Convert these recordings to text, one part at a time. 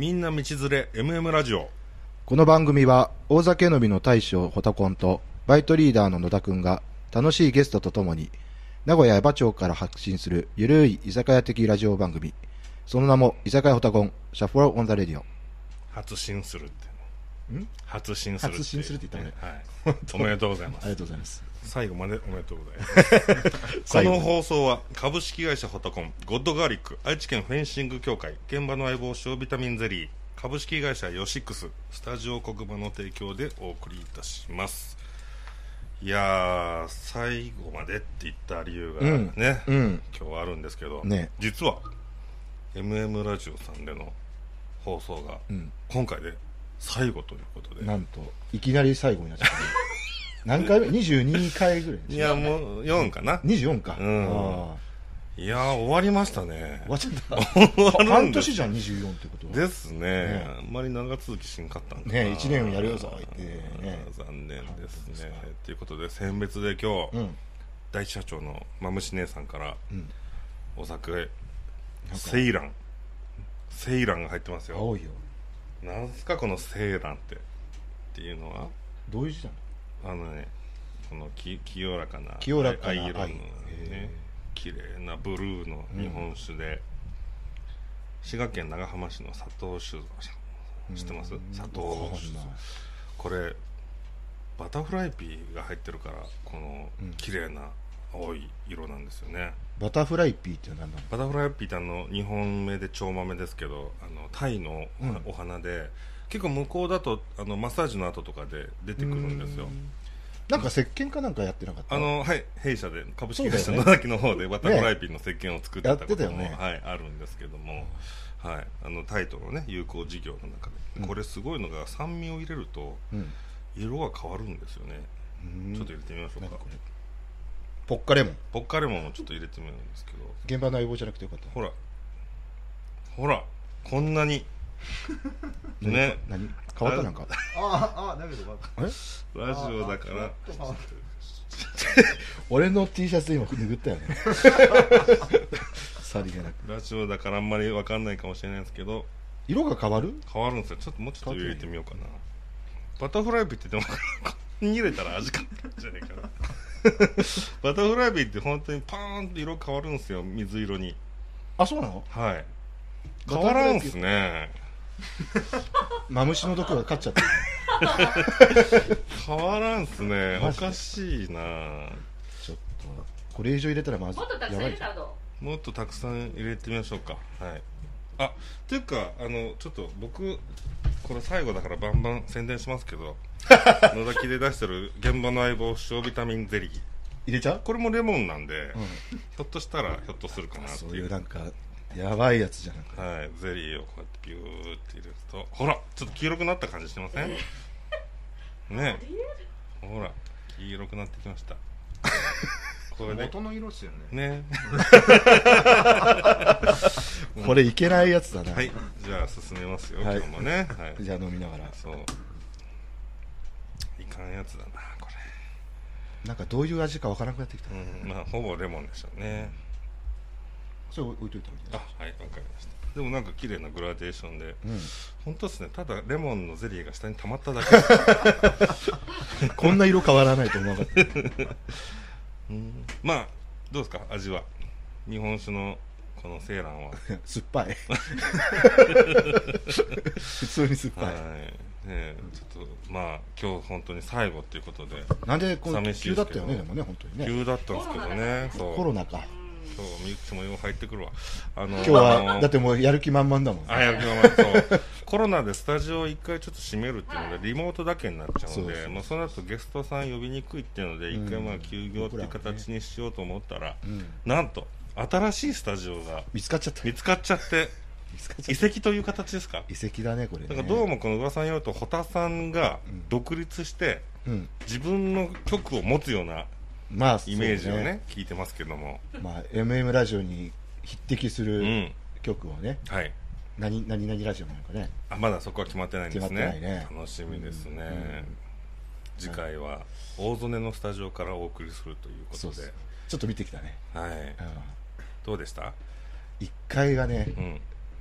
みんな道連れ MM ラジオ。 この番組は大酒飲みの大将ホタコンとバイトリーダーの野田くんが楽しいゲストとともに名古屋江波町から発信するゆるい居酒屋的ラジオ番組、その名も居酒屋ホタコンシャッフルオンザレディオ。 発信するって発信するって言ったね、 はい、おめでとうございます。 ありがとうございます。 最後までおめでとうございますこの放送は株式会社ホタコン、ゴッドガーリック、愛知県フェンシング協会、現場の相棒塩ビタミンゼリー、株式会社ヨシックス、スタジオ国場の提供でお送りいたします。いやー、最後までって言った理由がね、今日はあるんですけど、実は MM ラジオさんでの放送が今回で最後ということで、 なんといきなり最後になっちゃった何回目22回ぐらい。 いや、もう4かな、 24か、 いやー、終わりましたね。 終わっちゃった半年じゃん、24ってことはですね。あんまり長続きしんかったんでね、1年やるよぞってね、 残念ですね。ということで、選別で今日、大社長のまむし姉さんから、お酒セイランが入ってますよ。 青いよ。 なんすかこのセイランっていうのはどういう字なの？ この清らかな藍色のね、綺麗なブルーの日本酒で、滋賀県長浜市の佐藤酒造さん、知ってます？佐藤酒造。これバタフライピーが入ってるからこの綺麗な青い色なんですよね。 バタフライピーって何なの？ バタフライピーって日本名で長豆ですけど、タイのお花で、結構向こうだとマッサージの後とかで出てくるんですよ。 なんか石鹸かなんかやってなかった？ はい、弊社で株式会社野崎の方でバタフライピーの石鹸を作ってたことも、はい、あるんですけども、はい、タイとのね友好事業の中で、これすごいのが酸味を入れると色が変わるんですよね。ちょっと入れてみましょうか。 ポッカレモンもちょっと入れてみるんですけど、 現場の相棒じゃなくてよかった。 ほらこんなにね、 何変わった？なんかだけどラジオだから俺の T シャツ今拭ったよねさりげなく。 ラジオだからあんまり分かんないかもしれないですけど、 色が変わるんですよ。 もうちょっと入れてみようかな。バタフライピーってでもここに入れたら味変わるんじゃないかなバタフライピーって本当にパーンと色変わるんですよ、水色に。 あ、そうなの？ はい、変わらんすね。 マムシの毒が勝っちゃった変わらんすね。おかしいな。 ちょっとこれ以上入れたらまずやばいじゃん。 もっとたくさん入れてみましょうか。はい。っていうかちょっと僕これ最後だからバンバン宣伝しますけど野崎で出してる現場の相棒塩ビタミンゼリー入れちゃう？ これもレモンなんで、ひょっとしたらひょっとするかなっていう、 そういうなんかやばいやつじゃなくて、 はい、ゼリーをこうやってビューって入れると、ほらちょっと黄色くなった感じしてません？ね、ほら黄色くなってきましたこれで元の色ですよね。 これいけないやつだな。 はい、じゃあ進めますよ、今日もね。はい、 じゃあ飲みながら。 そういかんやつだなこれ。 なんかどういう味かわからなくなってきた。 まあほぼレモンでしょうね。 それ置いといた方がいい。 はい、わかりました。でもなんか綺麗なグラデーションで、本当ですね。ただレモンのゼリーが下に溜まっただけこんな色変わらないと思わなかったまあどうですか味は。日本酒のこのセイランは酸っぱい普通に酸っぱい。 ちょっとまあ今日本当に最後っていうことで、 なんでこの急だったよね。でもね、本当にね急だったんですけどね。そう、 コロナか。 今日みゆきちもよう入ってくるわ。 今日はだってもうやる気満々だもん。 やる気満々。そうコロナでスタジオを一回ちょっと閉めるっていうのでリモートだけになっちゃうので、その後ゲストさん呼びにくいっていうので一回まあ休業っていう形にしようと思ったら、なんと新しいスタジオが見つかっちゃって遺跡という形ですか？ 遺跡だねこれね。 だからどうもこの噂によるとホタさんが独立して自分の曲を持つようなイメージをね聞いてますけども、 まあ MM ラジオに匹敵する曲をね、何々ラジオなのかね。 まだそこは決まってないんですね。楽しみですね。次回は大曽根のスタジオからお送りするということで、 ちょっと見てきたね。 はい。どうでした？ 1階がね、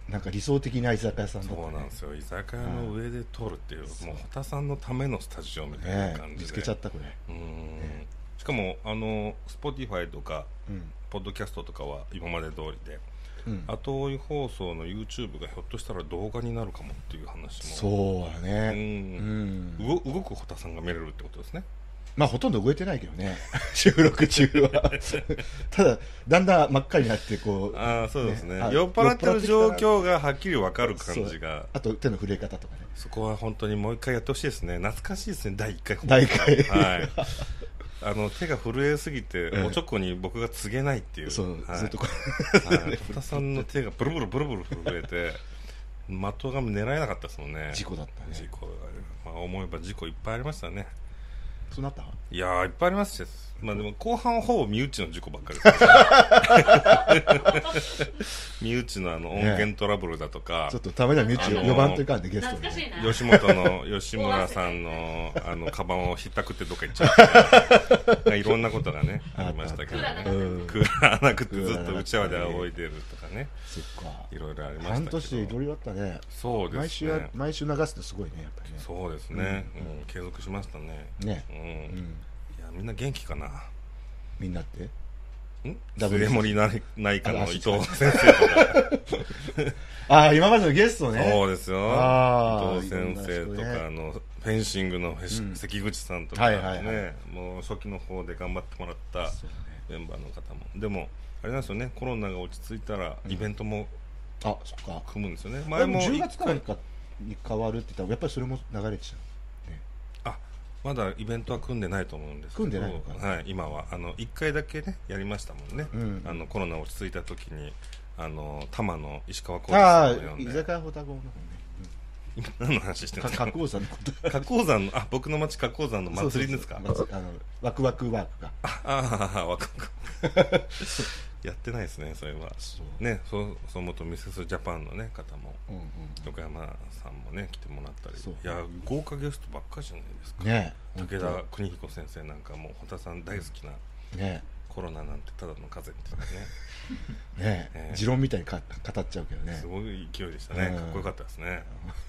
なんか理想的な居酒屋さんだったね。 そうなんですよ、居酒屋の上で撮るっていう、もう堀田さんのためのスタジオみたいな感じで、 見つけちゃったこれ。 しかもSpotify とか、ポッドキャストとかは今まで通りで、後追い放送の YouTube がひょっとしたら動画になるかもっていう話も。 そうだね、 動く堀田さんが見れるってことですね。 まあほとんど動いてないけどね収録中はただだんだん真っ赤になってこう、 そうですね、酔っ払ってる状況がはっきり分かる感じが、 あと手の震え方とかね、 そこは本当にもう一回やってほしいですね。懐かしいですね、第1回第1回はい手が震えすぎて、おちょこに僕が告げないっていう、 そう、ずっとこう堀田さんの手がブルブルブルブル震えて的が狙えなかったですもんね。 事故だったね。 事故、思えば事故いっぱいありましたね。 そうなった？ いやー、いっぱいありますし、でも後半はほぼ身内の事故ばっかりです身内の音源トラブルだとか、 ちょっとためだ身内4番というかでゲストに、 吉本の吉村さんのカバンをひったくってどっか行っちゃっていろんなことがねありましたけどね。クーラーなくてずっとうちわで仰いでるとかね、いろいろありましたけど、 半年いろいろあったね。 そうですね、 毎週流すとすごいね、やっぱりね。 そうですね、継続しましたね。いや、みんな元気かな。 みんなってダブルモリ内科の伊藤先生とか今までのゲストね。 そうですよ、伊藤先生とかフェンシングの関口さんとかね、もう初期の方で頑張ってもらったメンバーの方も。でもあれなんですよね、コロナが落ち着いたらイベントも組むんですよね。 前も10月からに変わるって言ったらやっぱりそれも流れちゃう。 まだイベントは組んでないと思うんですけど、組んでないのかな、はい、今は1回だけねやりましたもんね、コロナ落ち着いた時に多摩の石川浩二さんを呼んで、 居酒屋ホタコの方ね、 今何の話してるんですか？ 花崗山のこと花崗山の僕の町花崗山の祭りですか？ ワクワクワークがワクワクやってないですね、それはね。そう元ミセスジャパンのね方も横山さんもね来てもらったり、いや豪華ゲストばっかりじゃないですかね。武田邦彦先生なんかもう堀田さん大好きな、コロナなんてただの風邪ってね持論みたいに語っちゃうけどね、 すごい勢いでしたね。かっこよかったですね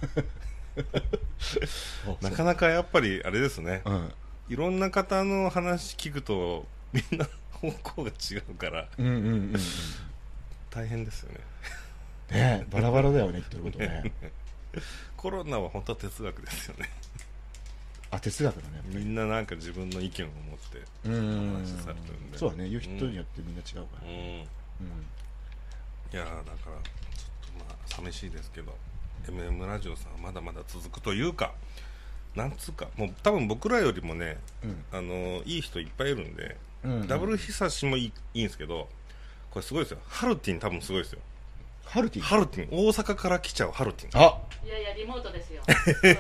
なかなかやっぱりあれですね、いろんな方の話聞くとみんな方向が違うから大変ですよね。バラバラだよね、言ってることねコロナは本当は哲学ですよね。 哲学だね。 みんななんか自分の意見を持って話されてるんで。 そうだね、言う人によってみんな違うから、 いやだからちょっと寂しいですけど MM ラジオさんはまだまだ続くというか、なんつうかもう多分僕らよりもね、いい人いっぱいいるんで、ダブル久しもいいんですけど、これすごいですよ。ハルティン多分すごいですよ。ハルティン大阪から来ちゃうハルティン。 いやいやリモートですよ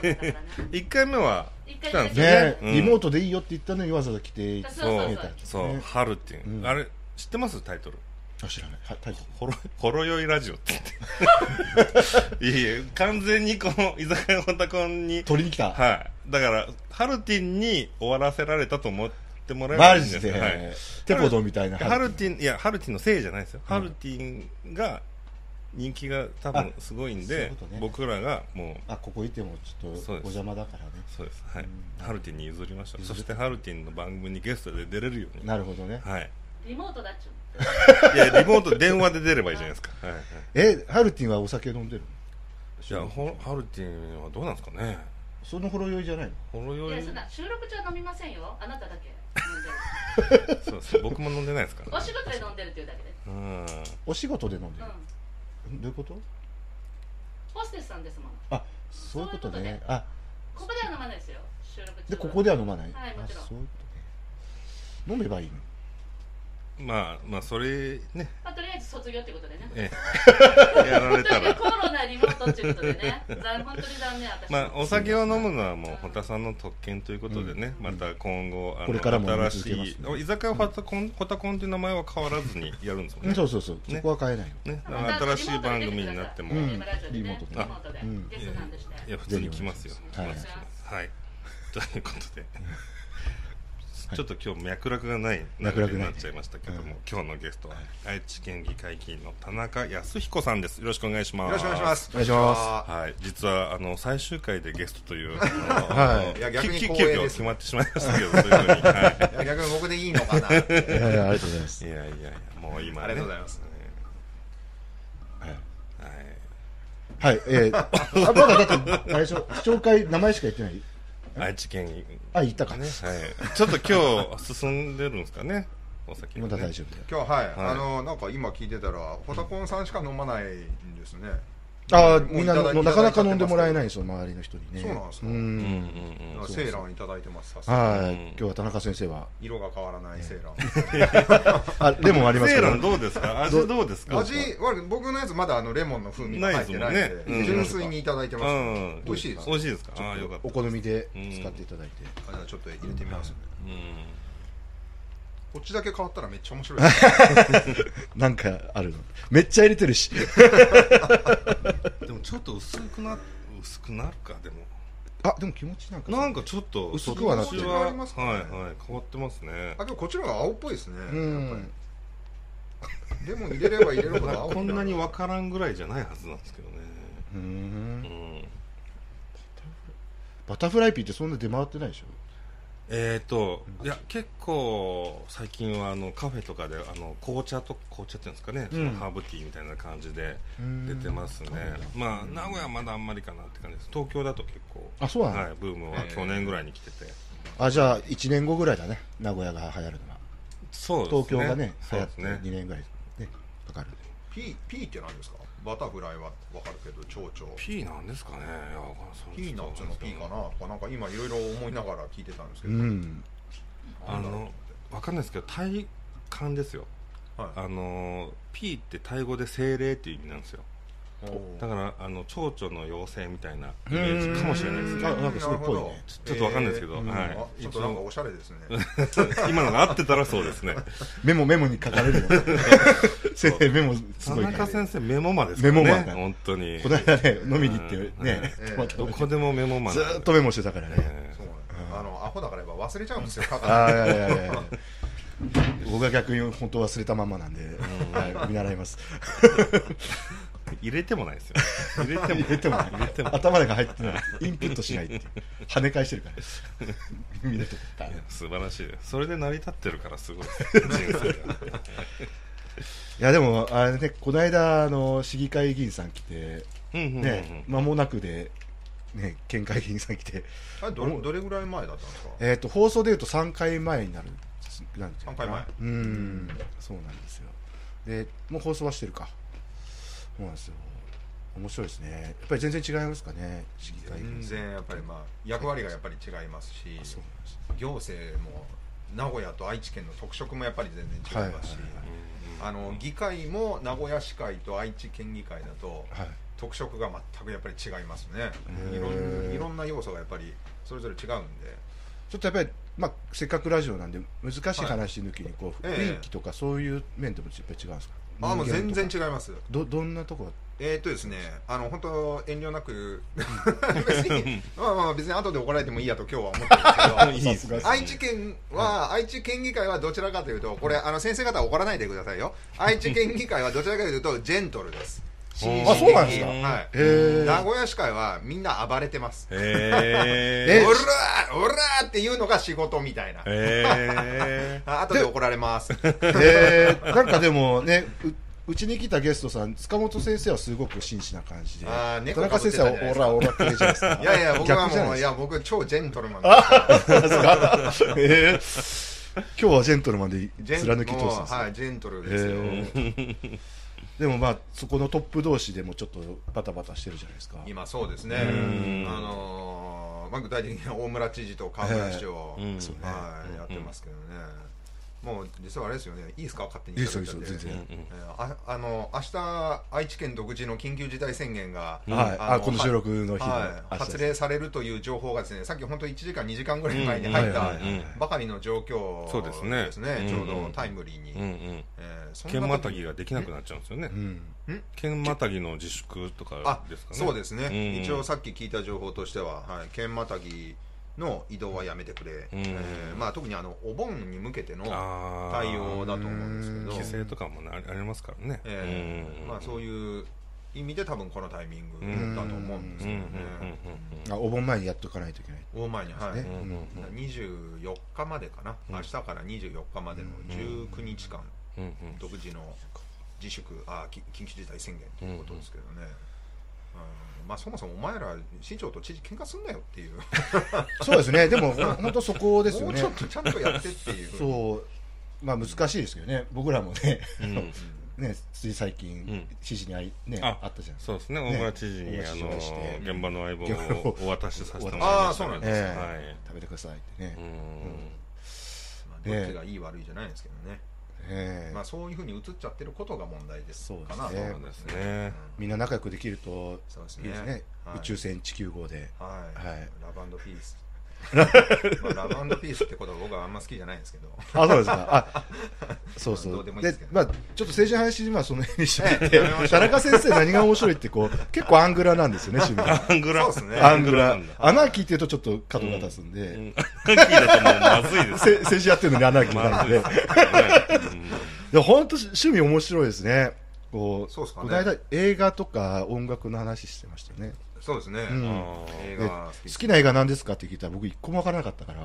1回目は来たんですね、リモートでいいよって言ったのにわざわざ来て、 そうハルティン、あれ知ってます？タイトル知らない。タイトルほろ酔いラジオって言っていや完全にこの居酒屋ホタコンに取りに来た。 だからハルティンに終わらせられたと思ってもらえばいいんですよ。 テポドみたいな。 ハルティンのせいじゃないですよ。ハルティンが人気が多分すごいんで、僕らがもうここいてもちょっとお邪魔だからね。 そうです、はい、ハルティンに譲りました。そしてハルティンの番組にゲストで出れるように。 なるほどね。 リモートだっちゅういやリモート電話で出ればいいじゃないですか。 ハルティンはお酒飲んでる？ いやハルティンはどうなんですかね。 そのほろ酔いじゃないの？ ほろ酔い。 いやそんな収録中は飲みませんよ。あなただけ飲んでるそうです、僕も飲んでないですから、 お仕事で飲んでるっていうだけで。 お仕事で飲んでる、どういうこと？ ホステスさんですもん。 そういうことね。 ここでは飲まないですよ、収録中は。 でここでは飲まない？ はい、もちろん。 そういうことね。飲めばいいの？ まあそれね、 とりあえず卒業ってことでね、 やられたらコロナリモートっていうことでね本当に残念。私お酒を飲むのはもう堀田さんの特権ということでね、また今後これからも新しい居酒屋ホタコンという名前は変わらずにやるんですもんね。 そうそこは変えないよね。新しい番組になってもリモートでゲストさんとして普通に来ますよ。はい、ということでちょっと今日脈絡がない流れになっちゃいましたけども、今日のゲストは愛知県議会議員の田中康彦さんです。よろしくお願いします。 よろしくお願いします。 お願いします。 はい、実は最終回でゲストというはい、いや逆に急光栄です。 決まってしまいましたけど、そういうふうに、はい、 いや逆に僕でいいのかな。いやありがとうございます。 いやもう今ね、 ありがとうございます。 はい、まだだって最初紹介名前しか言ってない。 愛知県に言ったかね。 はい。ちょっと今日進んでるんですかね。お酒まだ大丈夫で。 今日はい、なんか今聞いてたらホタコンさんしか飲まないんですね。 みんななかなか飲んでもらえないんですよ、周りの人にね。 そうなんですか。セーランいただいてます。 はい。今日は田中先生は色が変わらないセーラン。 レモンありますけど。 セーランどうですか？味どうですか？ 味は僕のやつまだレモンの風味が入ってないんで、純粋にいただいてます。美味しいです。 美味しいですか？ああよかった。 お好みで使っていただいて。 じゃあちょっと入れてみますね。こっちだけ変わったらめっちゃ面白い。 なんかあるの。めっちゃ入れてるし。 でもちょっと薄くなるかでも。 でも気持ちなんかちょっと薄くはなってる。 はいはい変わってますね。 でもこっちの方が青っぽいですね。でも入れれば入れるほど青。 こんなに分からんぐらいじゃないはずなんですけどね。 バタフライピーってそんな出回ってないでしょ？ いや結構最近はカフェとかで紅茶っていうんですかね、ハーブティーみたいな感じで出てますね。まあ名古屋はまだあんまりかなって感じです。東京だと結構そうなの、 ブームは去年ぐらいに来てて、 じゃあ1年後ぐらいだね、名古屋が流行るのは。 そうですね、 東京がね流行って 2年ぐらいねかかる。 P って何ですか？バタフライは分かるけど蝶々 P なんですかね。 ピーナッツの P かな。なんか今いろいろ思いながら聞いてたんですけど、 分かんないですけど体感ですよ。P ってタイ語で精霊っていう意味なんですよ。だから蝶々の妖精みたいなイメージかもしれないですね。 なんかそれっぽいね。 ちょっと分かんないですけど、 ちょっとなんかおしゃれですね。 今のが合ってたらそうですね。 メモに書かれるの。先生メモすごい。 田中先生メモマですからね。本当に。 この間ね飲みに行ってね、 どこでもメモマ。 ずっとメモしてたからね。 アホだからやっぱ忘れちゃうんですよ。 僕は逆に本当忘れたままなんで見習います。 入れてもないですよ。入れても頭が入ってない。インプットしないって跳ね返してるから。 素晴らしいです。それで成り立ってるからすごい。 いやでもこの間市議会議員さん来て間もなくで県会議員さん来て、 どれぐらい前だったんですか？ 放送でいうと3回前になる。 3回前。 そうなんですよ。でもう放送はしてるか。そうなんですよ。面白いですね。やっぱり全然違いますかね、市議会議員。 全然やっぱり役割がやっぱり違いますし、行政も名古屋と愛知県の特色もやっぱり全然違いますし、議会も名古屋市会と愛知県議会だと特色が全くやっぱり違いますね。いろんな要素がやっぱりそれぞれ違うんで、 ちょっとやっぱりせっかくラジオなんで難しい話抜きに雰囲気とかそういう面でもやっぱり違うんですか？ もう全然違います。 どんなところ？ ですね、本当遠慮なく別に別に後で怒られてもいいやと今日は思ってるんですけど、愛知県議会はどちらかというと、これ先生方は怒らないでくださいよ。愛知県議会はどちらかというとジェントルです。 そうなんですか。 名古屋市会はみんな暴れてます。オラーっていうのが仕事みたいな。後で怒られます。 なんかでもね、うちに来たゲストさん、塚本先生はすごく真摯な感じで、田中先生はオラって言うじゃないですか。 いや僕はもう僕超ジェントルマンです。 今日はジェントルマンで貫き通すんです。 はい、ジェントルですよ。 でもそこのトップ同士でもちょっとバタバタしてるじゃないですか。 今そうですね。具体的には大村知事と河村市長やってますけどね。もう実はあれですよね。いいですか、勝手に言っちゃって。全然。明日愛知県独自の緊急事態宣言がこの収録の日発令されるという情報がですね、さっき本当1時間2時間ぐらい前に入ったばかりの状況ですね。ちょうどタイムリーに。 県またぎができなくなっちゃうんですよね。県またぎの自粛とかですかね。 そうですね。一応さっき聞いた情報としては県またぎの移動はやめてくれ、まあ、特にお盆に向けての対応だと思うんですけど、 規制とかもありますからね、 まあ、そういう意味で多分このタイミングだと思うんですけどね。 お盆前にやっとかないといけない。 お盆前に、はい、24日までかな、明日から24日までの19日間、独自の自粛緊急事態宣言ということですけどね、まあ、そもそもお前ら市長と知事喧嘩すんなよっていうそうですね。でも本当そこですよね。 もうちょっとちゃんとやってっていうそう、まあ難しいですけどね。僕らもね、ね、つい最近知事にあったじゃん。 そうですね。大村知事に現場の相棒をお渡しさせてもらいました。 ああ、そうなんです。 食べてくださいってね。 どっちがいい悪いじゃないんですけどね。まあそういうふうに映っちゃってることが問題ですかなと思うんですね。 みんな仲良くできるといいですね。宇宙船地球号で、 ラブ&ピースラブ&ピースってことは僕はあんま好きじゃないんですけど。 あ、そうですか。そうそう。で、まあちょっと政治の話にその辺にしてて、田中先生何が面白いって結構アングラなんですよね、趣味。 アングラ。 そうですね。 アングラ。アナーキーって言うとちょっと角が立つんで。 アナーキーだともうまずいです。 政治やってるのにアナーキーなんで。で本当趣味面白いですね。この間映画とか音楽の話してましたね。 そうですね。 好きな映画何ですかって聞いたら僕一個も分からなかったから。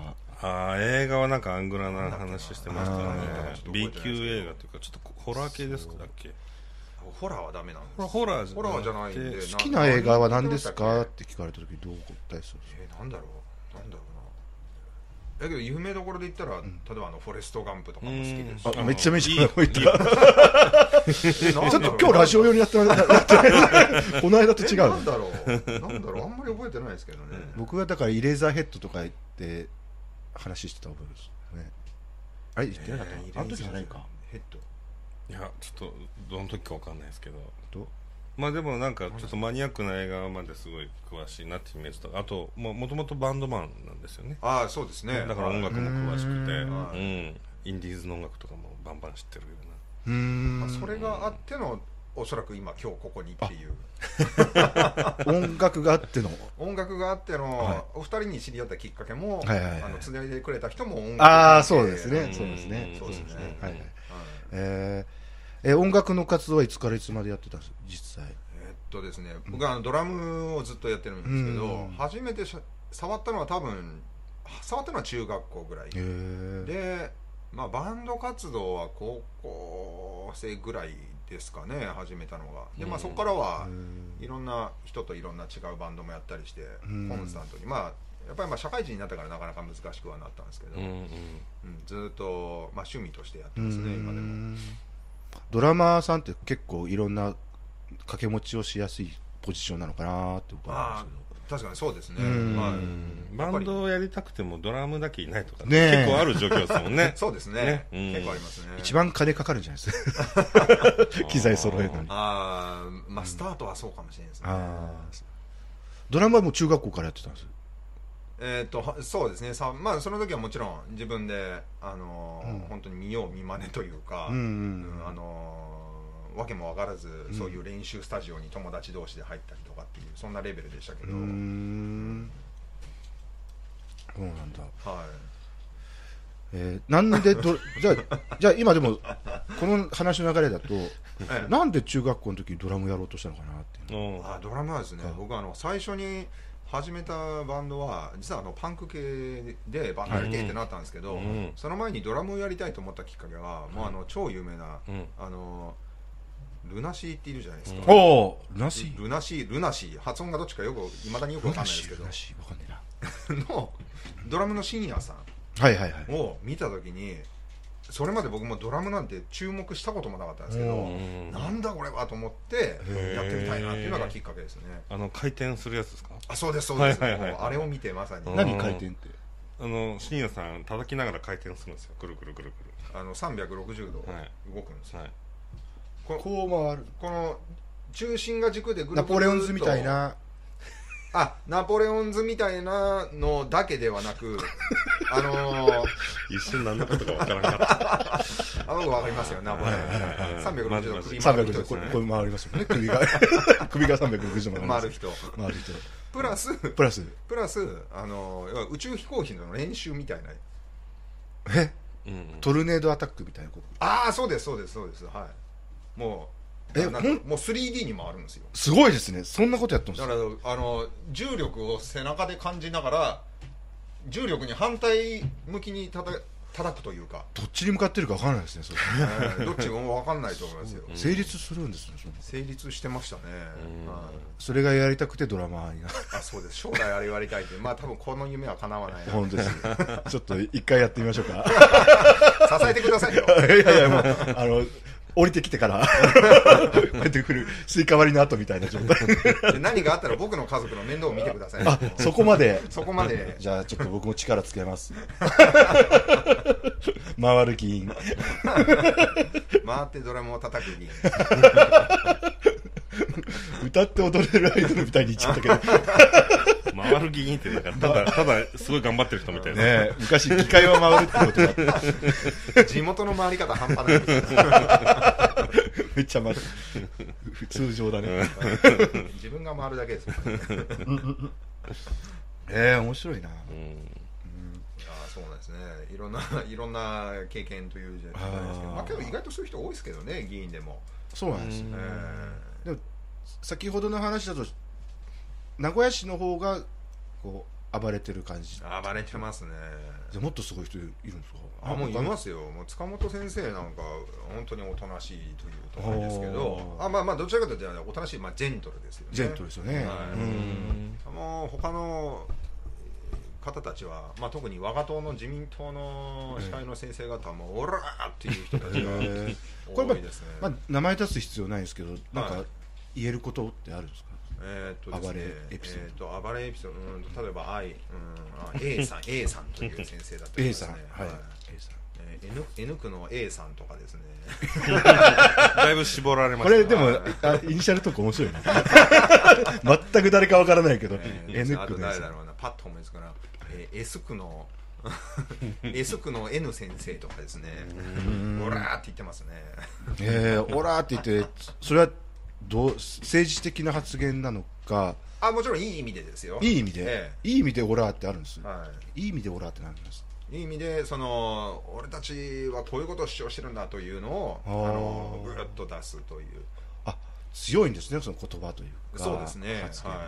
映画はなんかアングラな話してましたね。B 級映画というかちょっとホラー系ですかだっけ。 ホラーはダメなんです。 ホラーじゃないんで。 好きな映画は何ですかって聞かれた時どう答えそうですか。 なんだろうな。だけど有名どころで言ったら、例えばフォレストガンプとかも好きですし。 めちゃめちゃ置いた。ちょっと今日ラジオ用にやってない。この間と違う。 なんだろう。あんまり覚えてないですけどね。 僕はだからイレーザーヘッドとか言って話してた覚えですね。あれ言ってなかった。あの時じゃないか。 ヘッド。 いやちょっとどの時かわかんないですけど。まあでもなんかちょっとマニアックな映画まですごい詳しいなっていうイメージとか、あともともとバンドマンなんですよね。 ああ、そうですね。 だから音楽も詳しくて、インディーズの音楽とかもバンバン知ってるような。それがあってのおそらく今今日ここにっていう。 音楽があってのお二人に知り合ったきっかけもつないでくれた人も音楽。 ああ、そうですね。そうですね。そうですね。音楽の活動はいつからいつまでやってたんですか実際。 ですね、僕はドラムをずっとやってるんですけど、初めて触ったのは中学校ぐらいで、まあバンド活動は高校生ぐらいですかね、始めたのが。で、まあそこからはいろんな人といろんな違うバンドもやったりして、コンスタントに、まあやっぱり社会人になったからなかなか難しくはなったんですけど、ずっと趣味としてやってますね、今でも。 ドラマーさんって結構いろんな掛け持ちをしやすいポジションなのかなって思うんですけど。 確かにそうですね。 バンドをやりたくてもドラムだけいないとか結構ある状況ですもんね。 そうですね。結構ありますね。 一番金かかるんじゃないですか。機材揃えるのに。 まあスタートはそうかもしれないですね。 ドラムはもう中学校からやってたんです。 そうですね。まあその時はもちろん自分で本当に見よう見まねというか、わけも分からずそういう練習スタジオに友達同士で入ったりとかっていうそんなレベルでしたけど。そうなんだ。 はい。 なんでじゃあ今でもこの話の流れだとなんで中学校の時にドラムやろうとしたのかなっていう。 ドラムはですね、僕最初に始めたバンドは実はパンク系でバンドやりたいってなったんですけど、その前にドラムをやりたいと思ったきっかけはもう超有名なルナシーっているじゃないですか。 ルナシー発音がどっちかいまだによくわかんないですけど、 ルナシーわかんないなのドラムのシニアさんを見た時に、それまで僕もドラムなんて注目したこともなかったんですけど、なんだこれはと思ってやってみたいなっていうのがきっかけですね。 回転するやつですか。 そうですそうです。あれを見てまさに。 何回転って。 シニアさん叩きながら回転するんですよ。くるくるくるくる。 360度動くんですよ。 こう回る。 この中心が軸でぐるぐるナポレオンズみたいな。 ナポレオンズみたいなのだけではなく一瞬何のことかわからなかった僕分かりますよ、ナポレオン360度首回る人ですね。 これ回りますよね、首が360度回る人プラス宇宙飛行士の練習みたいなトルネードアタックみたいなこと。 そうです、はい、もう 3D にもあるんですよ。 すごいですね、そんなことやってます。 だから重力を背中で感じながら重力に反対向きに叩くというか、 どっちに向かってるか分からないですね、それどっちも分かんないと思いますよ。 成立するんですね。 成立してましたね。 それがやりたくてドラマーになそうです、将来あれやりたいって多分この夢は叶わない。 本当ですちょっと一回やってみましょうか支えてくださいよ。 いやもう降りてきてからこうやってくるスイカ割りの後みたいな状態で何があったら僕の家族の面倒を見てください。 そこまでじゃあちょっと僕も力つけます回る議員回ってドラムを叩く議員歌って踊れるアイドルみたいに言っちゃったけど回る議員ってただすごい頑張ってる人みたいなね。昔議会は回るってことだった地元の回り方半端ないめっちゃ回る通常だね自分が回るだけです面白いな。 そうなんですね。いろんな経験というじゃないですけど、けど意外とそういう人多いですけどね、議員でも。 そうなんですね。でも先ほどの話だと名古屋市の方がこう暴れてる感じ。 暴れてますね。 じゃもっとすごい人いるんですか？ もういますよ。もう塚本先生なんか本当におとなしいというとなんですけど、どちらかというとおとなしい、ジェントルですよね。 ジェントルですよね。 他の方たちは、特に我が党の自民党の司会の先生方もオラーっていう人たちが多いですね。 名前出す必要ないですけど、なんか言えることってあるんですか？ 暴れエピソード、例えばA さんという先生だったりですね。N 区の A さんとかですねだいぶ絞られました。 これでもイニシャルとか面白いね全く誰かわからないけど N 区の誰だろうな、パッと思いつくな。S 区のN 先生とかですね、オラーって言ってますね。 オラーって言って、それは政治的な発言なのか。 もちろんいい意味でですよ。 いい意味で、いい意味でオラーってあるんです。いい意味でオラーって何ですか？ いい意味で俺たちはこういうことを主張してるんだというのをぐっと出すという。 強いんですね、その言葉というか。 そうですね。 発言が。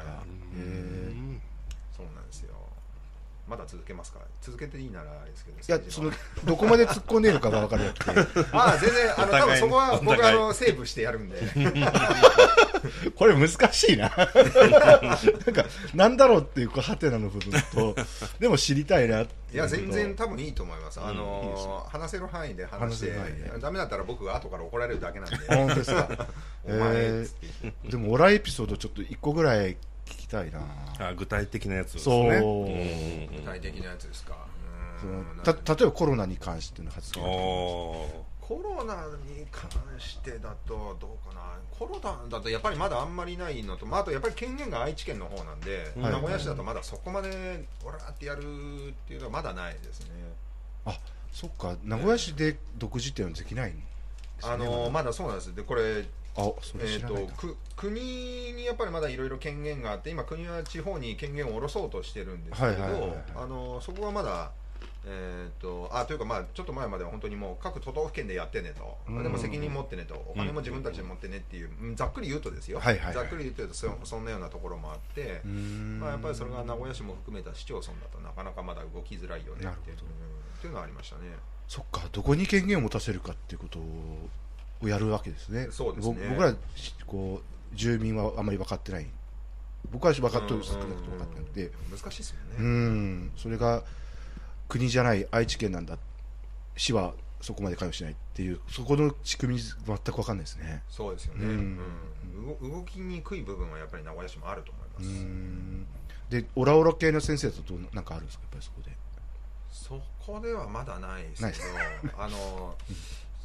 そうなんですよ。まだ続けますか？続けていいならあれですけど。 いや、どこまで突っ込んでいるかが分からなくて全然多分そこは僕はセーブしてやるんでこれ難しいななんだろうっていうハテナの部分とでも知りたいなっていう。 いや全然多分いいと思います。話せる範囲で話してダメだったら僕が後から怒られるだけなんで。 本当ですか？お前でもオラエピソードちょっと1個ぐらい聞きたいな。 具体的なやつですね。 具体的なやつですか。 例えばコロナに関しての発言。 コロナに関してだとどうかな。コロナだとやっぱりまだあんまりないのと、あとやっぱり権限が愛知県の方なんで、名古屋市だとまだそこまでオラーってやるっていうのはまだないですね。 そっか、名古屋市で独自っていうのはできないんですね。 まだそうなんです。でこれそ国にやっぱりまだいろいろ権限があって、今国は地方に権限を下ろそうとしてるんですけど、そこはまだというかちょっと前までは本当にもう各都道府県でやってねと、でも責任持ってねと、お金も自分たちで持ってねっていう、ざっくり言うとですよ、ざっくり言うとそんなようなところもあって、やっぱりそれが名古屋市も含めた市町村だとなかなかまだ動きづらいよねっていうのはありましたね。 そっか、どこに権限を持たせるかっていうことをやるわけですね。 そうですね。 僕ら住民はあまり分かってない。僕は分かってる少なくとも分かってなくて、 難しいですよね。 それが国じゃない愛知県なんだ、市はそこまで関与しないっていう、そこの仕組み全く分かんないですね。 そうですよね。動きにくい部分はやっぱり名古屋市もあると思います。 でオラオラ系の先生だと何かあるんですか？やっぱりそこで。 そこではまだないですけど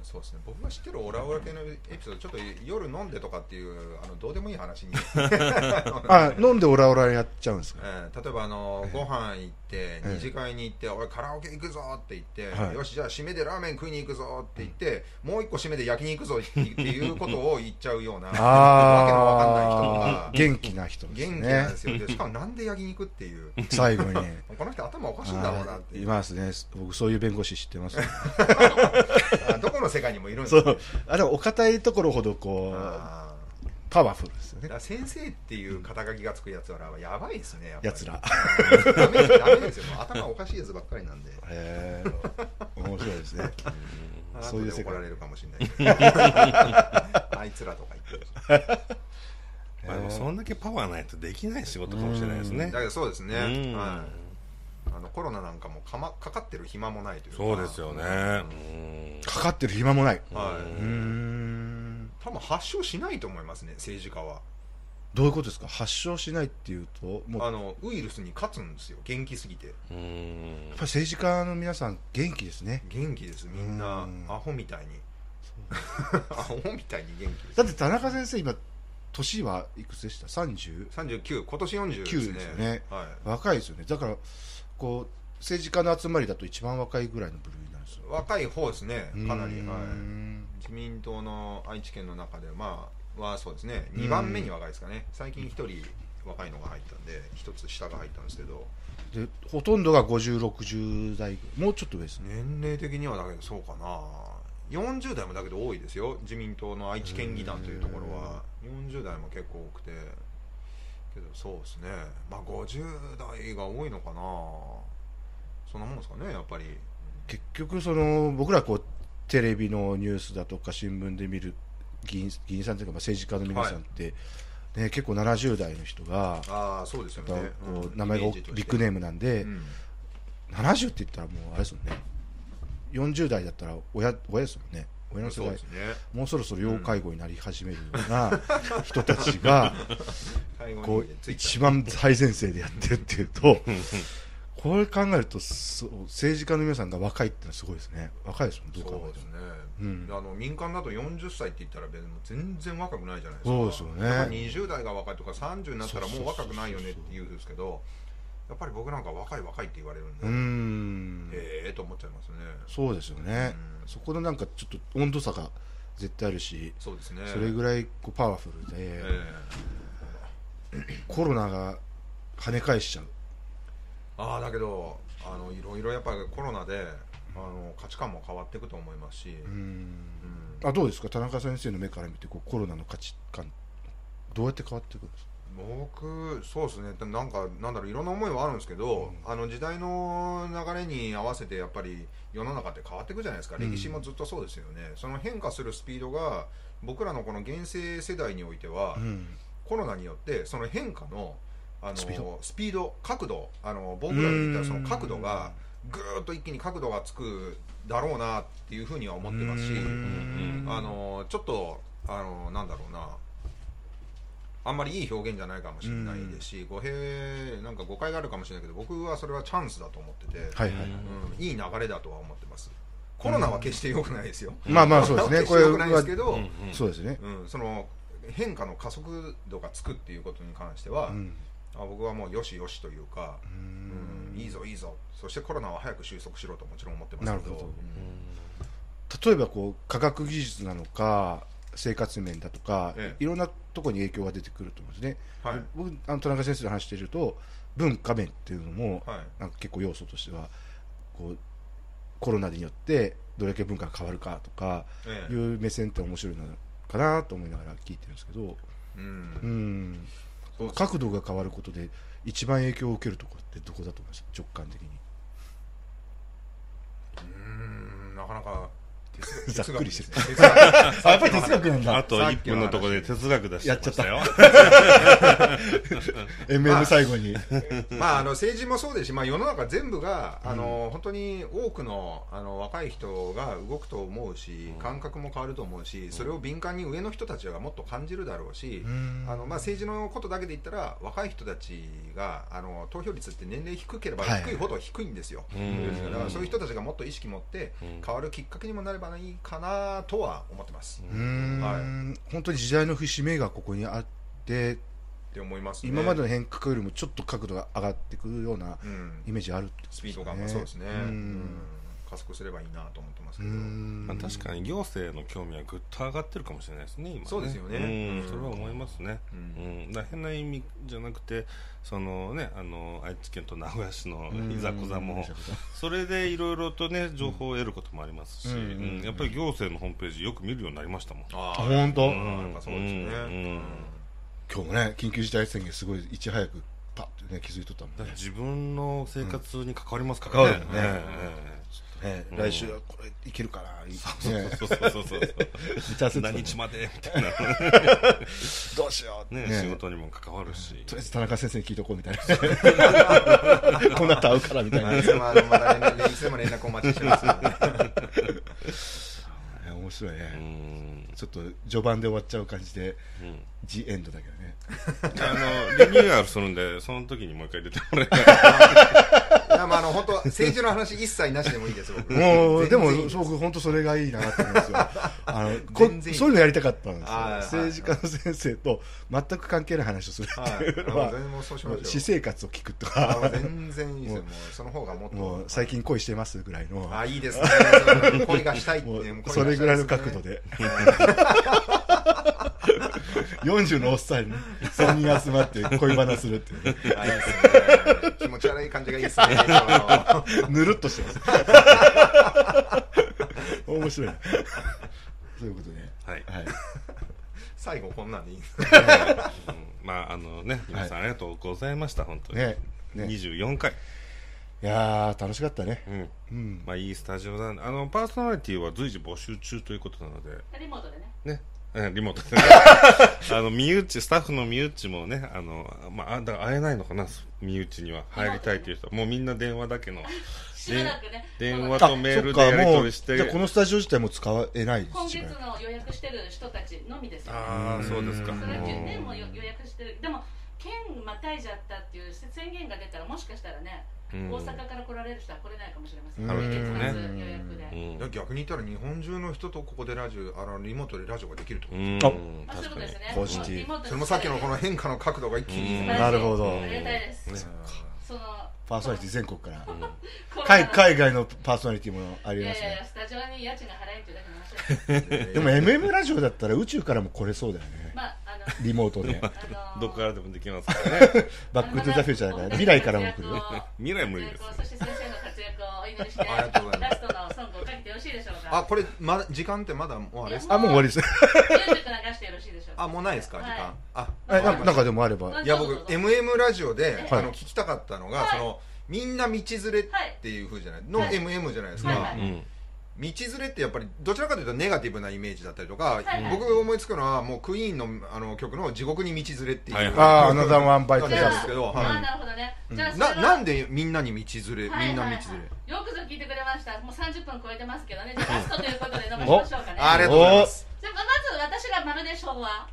そうですね、僕が知ってるオラオラ系のエピソード、ちょっと夜飲んでとかっていうどうでもいい話に飲んでオラオラやっちゃうんですか。 例えばご飯行って二次会に行って俺カラオケ行くぞって言って、よしじゃあ締めでラーメン食いに行くぞって言って、もう一個締めで焼きに行くぞっていうことを言っちゃうようなわけのわかんない人とか元気な人ですね。 元気なんですよ。でしかもなんで焼肉っていう最後にこの人頭おかしいんだろうなっていますね。僕そういう弁護士知ってます、ね、 どこの世界にもいるんですよ、ね、 でもお堅いところほどこうパワフルですよね。 先生っていう肩書きがつくやつらはやばいですね。 やつらダメですよ。もう頭おかしいやつばっかりなんで。 面白いですね。 そういう世界怒られるかもしれないけどあいつらとか言ってるまあ、でもそんだけパワーないとできない仕事かもしれないですね。 だけどそうですね、はい、コロナなんかもかかってる暇もないというか。 そうですよね、 かかってる暇もない、 はい、多分発症しないと思いますね、政治家は。 どういうことですか、発症しないっていうと。 もうウイルスに勝つんですよ、元気すぎて。やっぱり政治家の皆さん元気ですね。 元気です、みんなアホみたいにアホみたいに元気です。 だって田中先生今年はいくつでした？ 39、今年40ですね。 ですよね、 はい、 若いですよね。だからこう政治家の集まりだと一番若いぐらいの部類なんですよ。 若い方ですね、かなり、はい、自民党の愛知県の中ではそうですね、2番目に若いですかね。最近1人若いのが入ったんで1つ下が入ったんですけど、 でほとんどが50、60代、もうちょっと上ですね。 年齢的にはだけどそうかな、40代もだけど多いですよ、自民党の愛知県議団というところは40代も結構多くて、けどそうですね、50代が多いのかな、そんなもんですかね。やっぱり結局僕らこうテレビのニュースだとか新聞で見る議員さんというか政治家の皆さんって、ね、結構70代の人がそうですよね、 こう名前がビッグネームなんで、70って言ったらもうあれですもんね、40代だったら親ですもんね。親の世代、もうそろそろ要介護になり始めるような人たちがこう一番最前線でやってるっていうとこれ考えると政治家の皆さんが若いってのはすごいですね。若いですもん、どう考えても。 そうですね、民間だと40歳って言ったら別に全然若くないじゃないですか。 そうですよね。 20代が若いとか30になったらもう若くないよねって言うんですけど、やっぱり僕なんか若いって言われるんで、と思っちゃいますね。 そうですよね、そこのなんかちょっと温度差が絶対あるし、 そうですね、 それぐらいこうパワフルで、コロナが跳ね返しちゃう。 だけどいろいろやっぱりコロナで価値観も変わっていくと思いますし、 どうですか、田中先生の目から見てコロナの価値観どうやって変わっていくんですか。 僕そうですね、なんだろう、いろんな思いはあるんですけど、時代の流れに合わせてやっぱり世の中って変わっていくじゃないですか。歴史もずっとそうですよね。その変化するスピードが僕らのこの現世世代においては、コロナによってその変化のスピード、角度、僕らで言ったらその角度がぐーっと一気に角度がつくだろうなっていうふうには思ってますし、ちょっとなんだろうな、あんまりいい表現じゃないかもしれないですし、なんか誤解があるかもしれないけど、僕はそれはチャンスだと思ってて、いい流れだとは思ってます。コロナは決して良くないですよ。 そうですね。 これ良くないですけど、 そうですね。 その変化の加速度がつくっていうことに関しては、僕はもうよしよしというか、いいぞいいぞ、そしてコロナは早く収束しろともちろん思ってますけど、 例えばこう科学技術なのか生活面だとか、いろんなところに影響が出てくると思うんですね。僕田中先生と話していると文化面っていうのも、なんか結構要素としてはこうコロナによってどれだけ文化が変わるかとかいう目線って面白いのかなと思いながら聞いてるんですけど、角度が変わることで一番影響を受けるところってどこだと思います？直感的に。 なかなかざっくりしてる。 やっぱり哲学なんだ。あと1分のところで哲学出してましたよ。 MM 最後に。 政治もそうですし、世の中全部が本当に多くの若い人が動くと思うし、感覚も変わると思うし、それを敏感に上の人たちがもっと感じるだろうし、政治のことだけで言ったら若い人たちが投票率って年齢低ければ低いほど低いんですよ。だからそういう人たちがもっと意識持って変わるきっかけにもなればばいいかなとは思ってます。 本当に時代の節目がここにあってって思いますね。 今までの変革よりもちょっと角度が上がってくるようなイメージあるってことですね。 スピード感がそうですね。加速すればいいなと思ってますけど、 まあ、確かに行政の興味はぐっと上がってるかもしれないですね、今ね。 そうですよね、 それは思いますね。だ変な意味じゃなくて、そのね、愛知県と名古屋市のいざこざもそれでいろいろとね情報を得ることもありますし、やっぱり行政のホームページよく見るようになりましたもん。 本当。 やっぱそうですね。 今日もね、緊急事態宣言すごいいち早くパッとね気づいとったもんね。 自分の生活に関わりますからね。 来週はこれいけるかな。 そう何日までみたいな。 どうしようね、仕事にも関わるし。とりあえず田中先生に聞いとこうみたいな。こんなと会うからみたいな。 いつも連絡お待ちしてます。 面白いね。ちょっと序盤で終わっちゃう感じで、ジエンドだけどね。 リニューアルするんで、その時にもう一回出てもらえたら。まあ本当政治の話一切なしでもいいです。僕もうでも僕本当それがいいなって思うんですよ。そういうのやりたかったんですよ。政治家の先生と全く関係ない話をするっていうのは、私生活を聞くとか。 全然いいですよ。もうその方がもっと最近恋してますぐらいの。 いいですね。恋がしたいって。 それぐらいの角度で。40のおっさんに3人集まって恋バナするっていうね。 いいですね。気持ち悪い感じがいいですね。 ぬるっとしてます。面白い。そういうことで、はい。 最後こんなんでいいんですか。 まあね、皆さんありがとうございました。本当に24回。 いやー楽しかったね。 まあいいスタジオだ。パーソナリティは随時募集中ということなので。 リモートでね。 リモートでね。身内、スタッフの身内もね、まあ、だから会えないのかな、身内には入りたいという人、もうみんな電話だけの。電話とメールでやり取りして。 じゃあこのスタジオ自体も使えないです。 今月の予約してる人たちのみですよね。 そうですか。 それでも予約してる。でも県またいじゃったっていう宣言が出たら、もしかしたらね、大阪から来られる人は来れないかもしれません。月予約で。 逆に言ったら日本中の人とここでリモートでラジオができると。 そういうことですね。 ポジティブ。 それもさっきのこの変化の角度が一気に。 なるほど。 ありがたいです。 パーソナリティ全国から海外のパーソナリティもありますね。 スタジオに家賃が払えっていうだけの話。 でも MM ラジオだったら宇宙からも来れそうだよね。リモートでどこからでもできますからね。 バックトゥザフューチャーだから未来からも来る。 未来無理です。 そして先生の活躍をお祈りしてラストのソングをかけてよろしいでしょうか。 これ時間ってまだもうあれですか。もう終わりです。 ミュージック流してよろしいでしょうか。 もうないですか時間。なんかでもあれば。 いや僕 MM ラジオで聞きたかったのがみんな道連れっていう風じゃないの MM じゃないですか。道連れってやっぱりどちらかというとネガティブなイメージだったりとか、僕が思いつくのはもうクイーンの曲の地獄に道連れっていうアナザーワンバイトですけど、 なるほどね。 なんでみんなに道連れ、みんな道連れ。 よくぞ聞いてくれました。もう30分超えてますけどね。じゃあラストということで伸ばしましょうかね。 ありがとうございます。 まず私がまるで昭和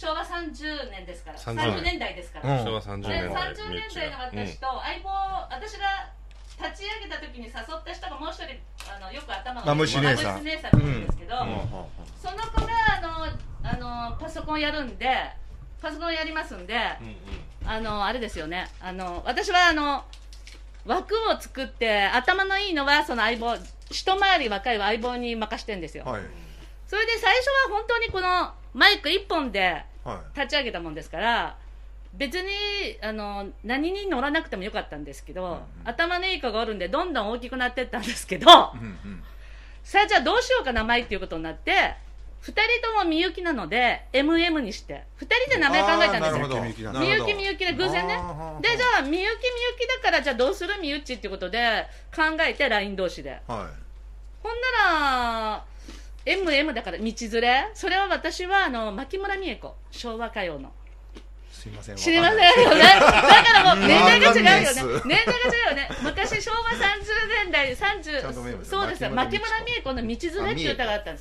30年ですから、30年代ですから。 昭和30年代の私と相棒、私が立ち上げた時に誘った人がもう一人よく頭がマムシ姉さんって言うんですけど、その子がパソコンやるんで、パソコンやりますんで、あれですよね、私は枠を作って頭のいいのはその相棒、一回り若い相棒に任してるんですよ。それで最初は本当にこのマイク1本で立ち上げたもんですから、別に何に乗らなくてもよかったんですけど、頭のいい子がおるんでどんどん大きくなっていったんですけど、さあじゃあどうしようか名前っていうことになって、2人ともみゆきなので MM にして2人で名前考えたんですよ。みゆきで偶然ね。でじゃあみゆきだからじゃあどうするみゆっちっていうことで考えて LINE 同士で、ほんなら MM だから道連れ、それは私は牧村美恵子、昭和歌謡の。 すいません。 知りませんよね。だからもう年代が違うよね。年代が違うよね。昔昭和30年代30、そうですよ。牧村美恵子の道連れっていう歌があったんです。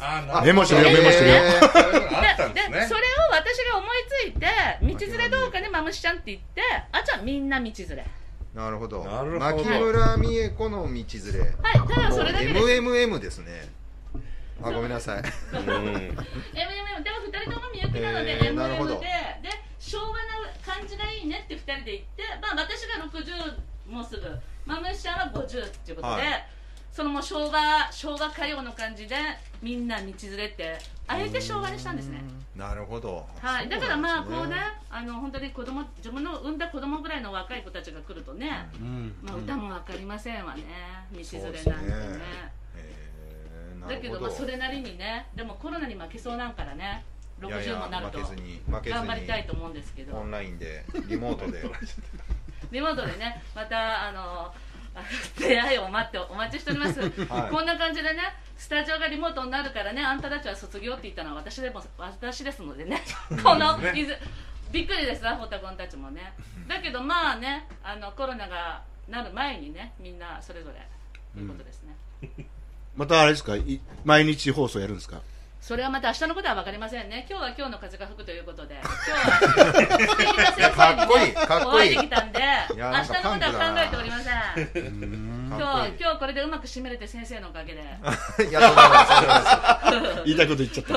メモしてるよ、メモしてるよ。 で、それを私が思いついて、道連れどうかね、マムシちゃんって言って、じゃあみんな道連れ。 なるほど。牧村美恵子の道連れ。 はい、ただそれだけです。 MMM ですね。 あ、ごめんなさい。 MM でも2人ともみゆきなので MM で昭和な感じがいいねって2人で言って、まあ私が60もうすぐ、まむしちゃんは50っていうことで、そのもう昭和歌謡の感じでみんな道連れてあえて昭和にしたんですね。 なるほど。 はい、だからまあこうね、本当に自分の産んだ子供ぐらいの若い子たちが来るとね、まあ歌も分かりませんわね、道連れなんてね。だけどまあそれなりにね、でもコロナに負けそうなんからね、60もなると頑張りたいと思うんですけど、 オンラインでリモートでね、また出会いをお待ちしております、こんな感じでね、スタジオがリモートになるからね、あんたたちは卒業って言ったのは私ですのでねこのびっくりですわ、ホタコンたちもね。だけどまあね、コロナがなる前にね、みんなそれぞれということですね。 またあれですか、毎日放送やるんですか？ それはまた明日のことは分かりませんね。今日は今日の風が吹くということで、今日は素敵な先生にねお会いできたんで、明日のことは考えておりません。今日これでうまく締めれて先生のおかげで。 いや、 言いたいこと言っちゃった。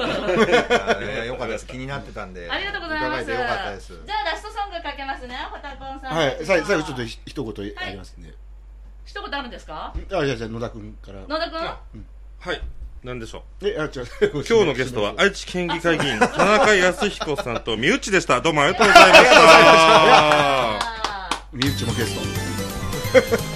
よかったです。気になってたんで。 ありがとうございます。 よかったです。 じゃあラストソングかけますね、ホタコンさん。 はい、最後ちょっと一言ありますね。 一言あるんですか？ じゃあ野田君から。 野田君？ はい、なんでしょう。 今日のゲストは愛知県議会議員田中康彦さんと身内でした。どうもありがとうございました。 身内もゲスト。